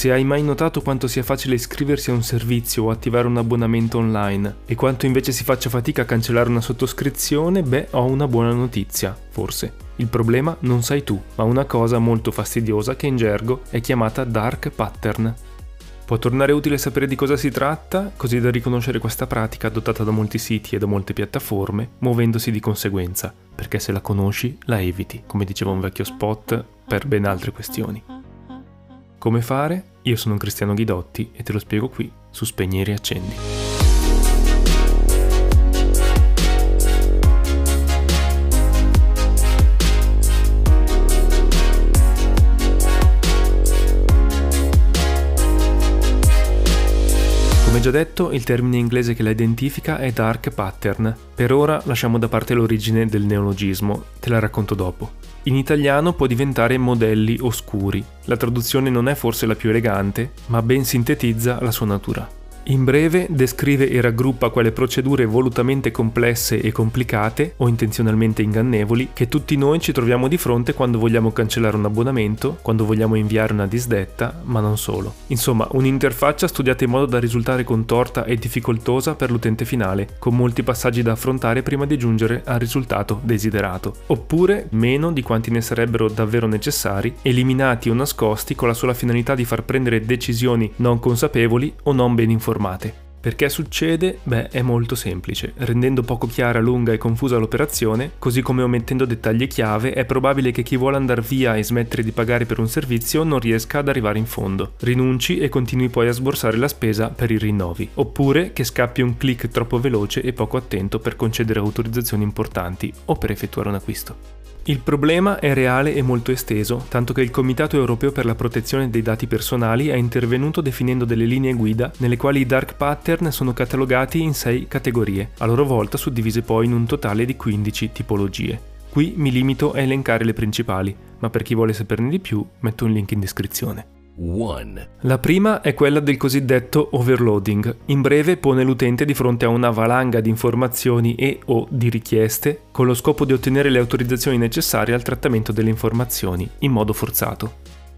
Se hai mai notato quanto sia facile iscriversi a un servizio o attivare un abbonamento online e quanto invece si faccia fatica a cancellare una sottoscrizione, beh, ho una buona notizia, forse. Il problema non sei tu, ma una cosa molto fastidiosa che in gergo è chiamata dark pattern. Può tornare utile sapere di cosa si tratta, così da riconoscere questa pratica adottata da molti siti e da molte piattaforme, muovendosi di conseguenza, perché se la conosci la eviti, come diceva un vecchio spot, per ben altre questioni. Come fare? Io sono Cristiano Ghidotti e te lo spiego qui su Spegni e Riaccendi. Come già detto, il termine inglese che la identifica è dark pattern. Per ora lasciamo da parte l'origine del neologismo, te la racconto dopo. In italiano può diventare modelli oscuri. La traduzione non è forse la più elegante, ma ben sintetizza la sua natura. In breve, descrive e raggruppa quelle procedure volutamente complesse e complicate, o intenzionalmente ingannevoli, che tutti noi ci troviamo di fronte quando vogliamo cancellare un abbonamento, quando vogliamo inviare una disdetta, ma non solo. Insomma, un'interfaccia studiata in modo da risultare contorta e difficoltosa per l'utente finale, con molti passaggi da affrontare prima di giungere al risultato desiderato. Oppure meno di quanti ne sarebbero davvero necessari, eliminati o nascosti con la sola finalità di far prendere decisioni non consapevoli o non ben informate. Perché succede? Beh, è molto semplice. Rendendo poco chiara, lunga e confusa l'operazione, così come omettendo dettagli chiave, è probabile che chi vuole andare via e smettere di pagare per un servizio non riesca ad arrivare in fondo. Rinunci e continui poi a sborsare la spesa per i rinnovi. Oppure che scappi un click troppo veloce e poco attento per concedere autorizzazioni importanti o per effettuare un acquisto. Il problema è reale e molto esteso, tanto che il Comitato Europeo per la Protezione dei Dati Personali è intervenuto definendo delle linee guida nelle quali i dark pattern sono catalogati in 6 categorie, a loro volta suddivise poi in un totale di 15 tipologie. Qui mi limito a elencare le principali, ma per chi vuole saperne di più metto un link in descrizione. 1. La prima è quella del cosiddetto overloading. In breve pone l'utente di fronte a una valanga di informazioni e o di richieste con lo scopo di ottenere le autorizzazioni necessarie al trattamento delle informazioni in modo forzato.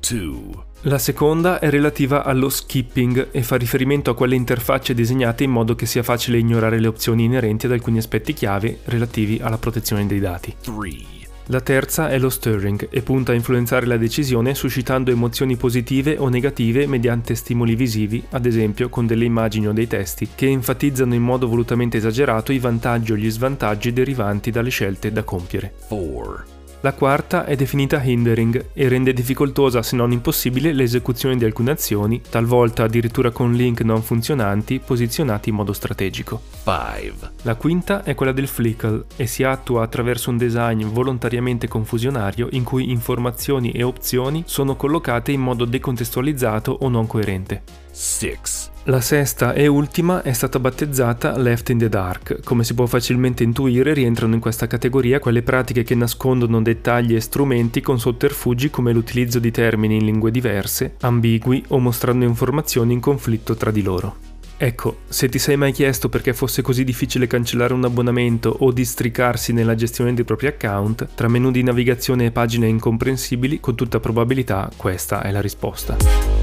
2. La seconda è relativa allo skipping e fa riferimento a quelle interfacce disegnate in modo che sia facile ignorare le opzioni inerenti ad alcuni aspetti chiave relativi alla protezione dei dati. 3. La terza è lo stirring e punta a influenzare la decisione suscitando emozioni positive o negative mediante stimoli visivi, ad esempio con delle immagini o dei testi, che enfatizzano in modo volutamente esagerato i vantaggi o gli svantaggi derivanti dalle scelte da compiere. 4. La quarta è definita hindering e rende difficoltosa, se non impossibile, l'esecuzione di alcune azioni, talvolta addirittura con link non funzionanti posizionati in modo strategico. 5. La quinta è quella del flickle e si attua attraverso un design volontariamente confusionario in cui informazioni e opzioni sono collocate in modo decontestualizzato o non coerente. 6. La sesta e ultima è stata battezzata Left in the Dark. Come si può facilmente intuire, rientrano in questa categoria quelle pratiche che nascondono dettagli e strumenti con sotterfugi come l'utilizzo di termini in lingue diverse, ambigui o mostrando informazioni in conflitto tra di loro. Ecco, se ti sei mai chiesto perché fosse così difficile cancellare un abbonamento o districarsi nella gestione dei propri account, tra menu di navigazione e pagine incomprensibili, con tutta probabilità questa è la risposta.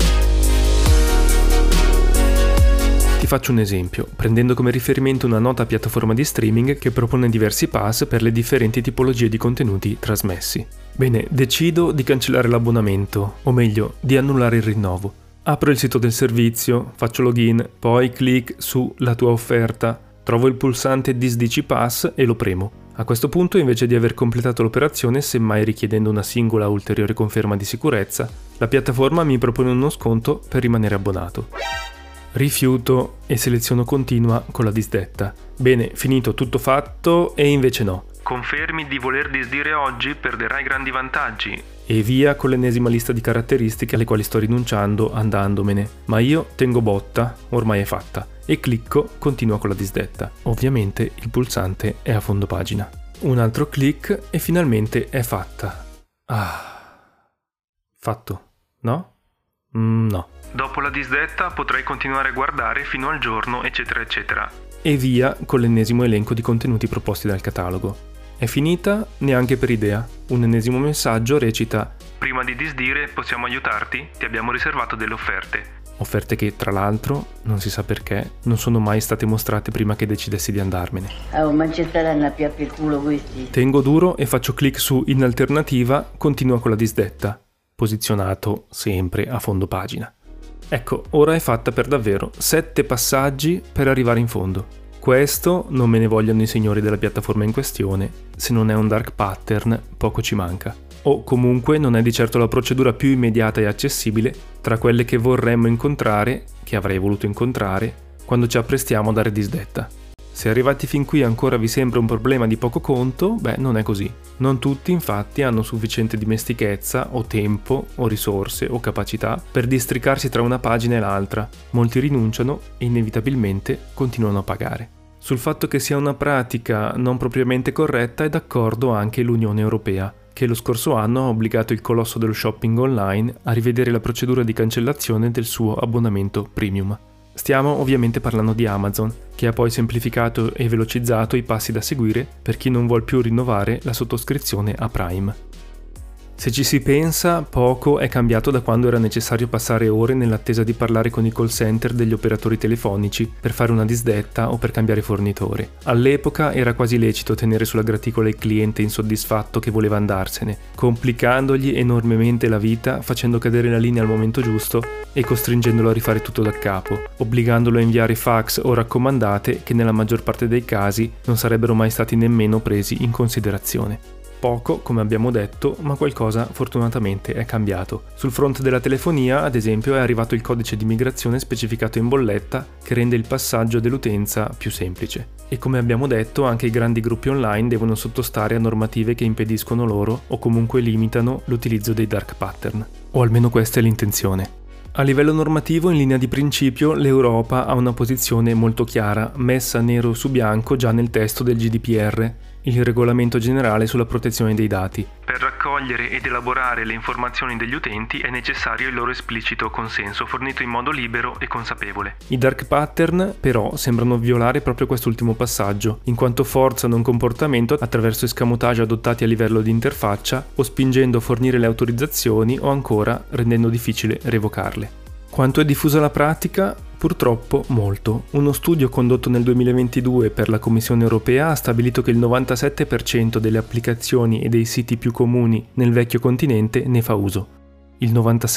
Ti faccio un esempio, prendendo come riferimento una nota piattaforma di streaming che propone diversi pass per le differenti tipologie di contenuti trasmessi. Bene, decido di cancellare l'abbonamento, o meglio, di annullare il rinnovo. Apro il sito del servizio, faccio login, poi clic su La tua offerta, trovo il pulsante Disdici Pass e lo premo. A questo punto, invece di aver completato l'operazione, semmai richiedendo una singola ulteriore conferma di sicurezza, la piattaforma mi propone uno sconto per rimanere abbonato. Rifiuto e seleziono continua con la disdetta. Bene, finito, tutto fatto e invece no. Confermi di voler disdire oggi, perderai grandi vantaggi. E via con l'ennesima lista di caratteristiche alle quali sto rinunciando andandomene. Ma io tengo botta, ormai è fatta. E clicco continua con la disdetta. Ovviamente il pulsante è a fondo pagina. Un altro clic e finalmente è fatta. Fatto, no? No. Dopo la disdetta potrai continuare a guardare fino al giorno, eccetera, eccetera. E via con l'ennesimo elenco di contenuti proposti dal catalogo. È finita? Neanche per idea. Un ennesimo messaggio recita: Prima di disdire, possiamo aiutarti? Ti abbiamo riservato delle offerte. Offerte che, tra l'altro, non si sa perché, non sono mai state mostrate prima che decidessi di andarmene. Ma ci staranno a piappi il culo questi. Tengo duro e faccio clic su In alternativa, continua con la disdetta, posizionato sempre a fondo pagina. Ecco, ora è fatta per davvero, 7 passaggi per arrivare in fondo. Questo non me ne vogliono i signori della piattaforma in questione, se non è un dark pattern poco ci manca. O comunque non è di certo la procedura più immediata e accessibile tra quelle che vorremmo incontrare, che avrei voluto incontrare, quando ci apprestiamo a dare disdetta. Se arrivati fin qui ancora vi sembra un problema di poco conto, non è così. Non tutti infatti hanno sufficiente dimestichezza o tempo o risorse o capacità per districarsi tra una pagina e l'altra. Molti rinunciano e inevitabilmente continuano a pagare. Sul fatto che sia una pratica non propriamente corretta è d'accordo anche l'Unione Europea, che lo scorso anno ha obbligato il colosso dello shopping online a rivedere la procedura di cancellazione del suo abbonamento premium. Stiamo ovviamente parlando di Amazon, che ha poi semplificato e velocizzato i passi da seguire per chi non vuol più rinnovare la sottoscrizione a Prime. Se ci si pensa, poco è cambiato da quando era necessario passare ore nell'attesa di parlare con i call center degli operatori telefonici per fare una disdetta o per cambiare fornitore. All'epoca era quasi lecito tenere sulla graticola il cliente insoddisfatto che voleva andarsene, complicandogli enormemente la vita, facendo cadere la linea al momento giusto e costringendolo a rifare tutto da capo, obbligandolo a inviare fax o raccomandate che nella maggior parte dei casi non sarebbero mai stati nemmeno presi in considerazione. Poco, come abbiamo detto, ma qualcosa fortunatamente è cambiato. Sul fronte della telefonia, ad esempio, è arrivato il codice di migrazione specificato in bolletta che rende il passaggio dell'utenza più semplice. E come abbiamo detto, anche i grandi gruppi online devono sottostare a normative che impediscono loro o comunque limitano l'utilizzo dei dark pattern. O almeno questa è l'intenzione. A livello normativo, in linea di principio, l'Europa ha una posizione molto chiara, messa nero su bianco già nel testo del GDPR, il regolamento generale sulla protezione dei dati. Per raccogliere ed elaborare le informazioni degli utenti è necessario il loro esplicito consenso, fornito in modo libero e consapevole. I dark pattern, però, sembrano violare proprio quest'ultimo passaggio, in quanto forzano un comportamento attraverso escamotage adottati a livello di interfaccia o spingendo a fornire le autorizzazioni o ancora rendendo difficile revocarle. Quanto è diffusa la pratica? Purtroppo molto. Uno studio condotto nel 2022 per la Commissione Europea ha stabilito che il 97% delle applicazioni e dei siti più comuni nel vecchio continente ne fa uso. Il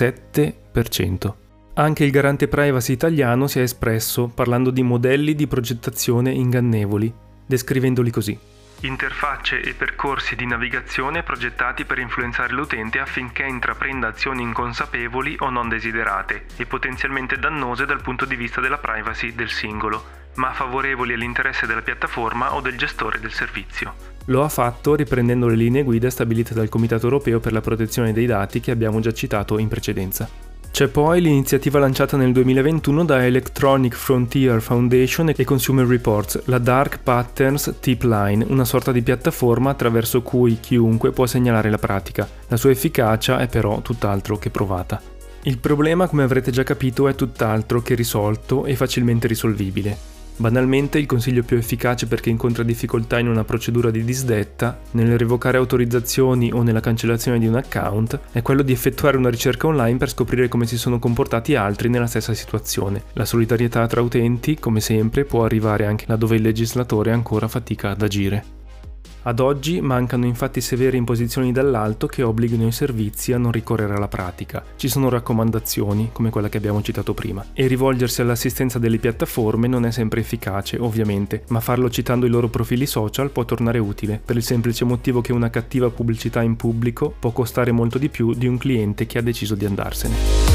97%. Anche il garante privacy italiano si è espresso parlando di modelli di progettazione ingannevoli, descrivendoli così. Interfacce e percorsi di navigazione progettati per influenzare l'utente affinché intraprenda azioni inconsapevoli o non desiderate e potenzialmente dannose dal punto di vista della privacy del singolo, ma favorevoli all'interesse della piattaforma o del gestore del servizio. Lo ha fatto riprendendo le linee guida stabilite dal Comitato Europeo per la protezione dei dati che abbiamo già citato in precedenza. C'è poi l'iniziativa lanciata nel 2021 da Electronic Frontier Foundation e Consumer Reports, la Dark Patterns Tip Line, una sorta di piattaforma attraverso cui chiunque può segnalare la pratica. La sua efficacia è però tutt'altro che provata. Il problema, come avrete già capito, è tutt'altro che risolto e facilmente risolvibile. Banalmente, il consiglio più efficace per chi incontra difficoltà in una procedura di disdetta, nel revocare autorizzazioni o nella cancellazione di un account, è quello di effettuare una ricerca online per scoprire come si sono comportati altri nella stessa situazione. La solidarietà tra utenti, come sempre, può arrivare anche laddove il legislatore ancora fatica ad agire. Ad oggi mancano infatti severe imposizioni dall'alto che obbligano i servizi a non ricorrere alla pratica. Ci sono raccomandazioni, come quella che abbiamo citato prima, e rivolgersi all'assistenza delle piattaforme non è sempre efficace, ovviamente, ma farlo citando i loro profili social può tornare utile, per il semplice motivo che una cattiva pubblicità in pubblico può costare molto di più di un cliente che ha deciso di andarsene.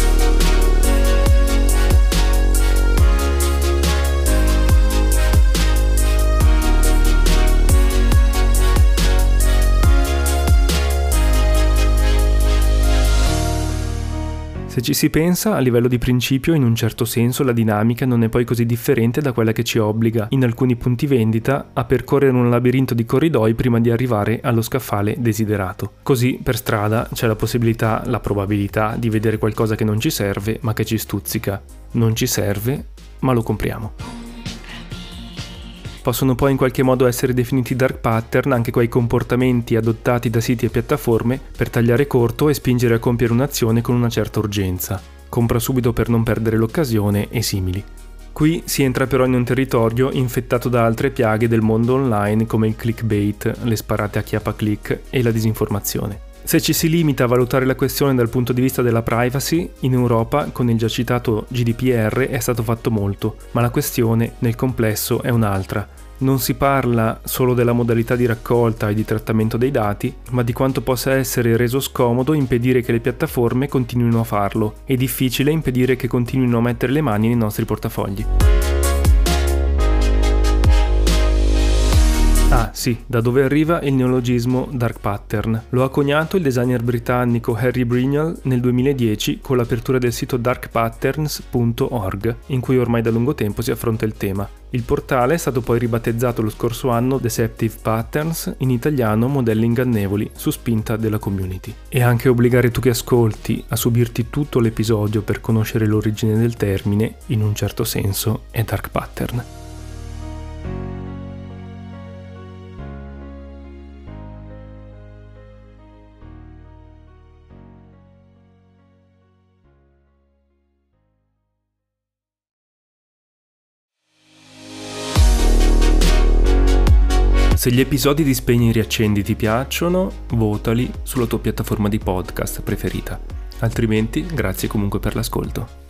Se ci si pensa, a livello di principio, in un certo senso, la dinamica non è poi così differente da quella che ci obbliga, in alcuni punti vendita, a percorrere un labirinto di corridoi prima di arrivare allo scaffale desiderato. Così, per strada, c'è la possibilità, la probabilità di vedere qualcosa che non ci serve, ma che ci stuzzica. Non ci serve, ma lo compriamo. Possono poi in qualche modo essere definiti dark pattern anche quei comportamenti adottati da siti e piattaforme per tagliare corto e spingere a compiere un'azione con una certa urgenza. Compra subito per non perdere l'occasione e simili. Qui si entra però in un territorio infettato da altre piaghe del mondo online come il clickbait, le sparate a chiappa-click e la disinformazione. Se ci si limita a valutare la questione dal punto di vista della privacy, in Europa con il già citato GDPR è stato fatto molto, ma la questione nel complesso è un'altra. Non si parla solo della modalità di raccolta e di trattamento dei dati, ma di quanto possa essere reso scomodo impedire che le piattaforme continuino a farlo e difficile impedire che continuino a mettere le mani nei nostri portafogli. Ah sì, da dove arriva il neologismo dark pattern? Lo ha coniato il designer britannico Harry Brynjol nel 2010 con l'apertura del sito darkpatterns.org, in cui ormai da lungo tempo si affronta il tema. Il portale è stato poi ribattezzato lo scorso anno Deceptive Patterns, in italiano modelli ingannevoli, su spinta della community. E anche obbligare tu che ascolti a subirti tutto l'episodio per conoscere l'origine del termine, in un certo senso, è dark pattern. Se gli episodi di Spegni e Riaccendi ti piacciono, votali sulla tua piattaforma di podcast preferita. Altrimenti, grazie comunque per l'ascolto.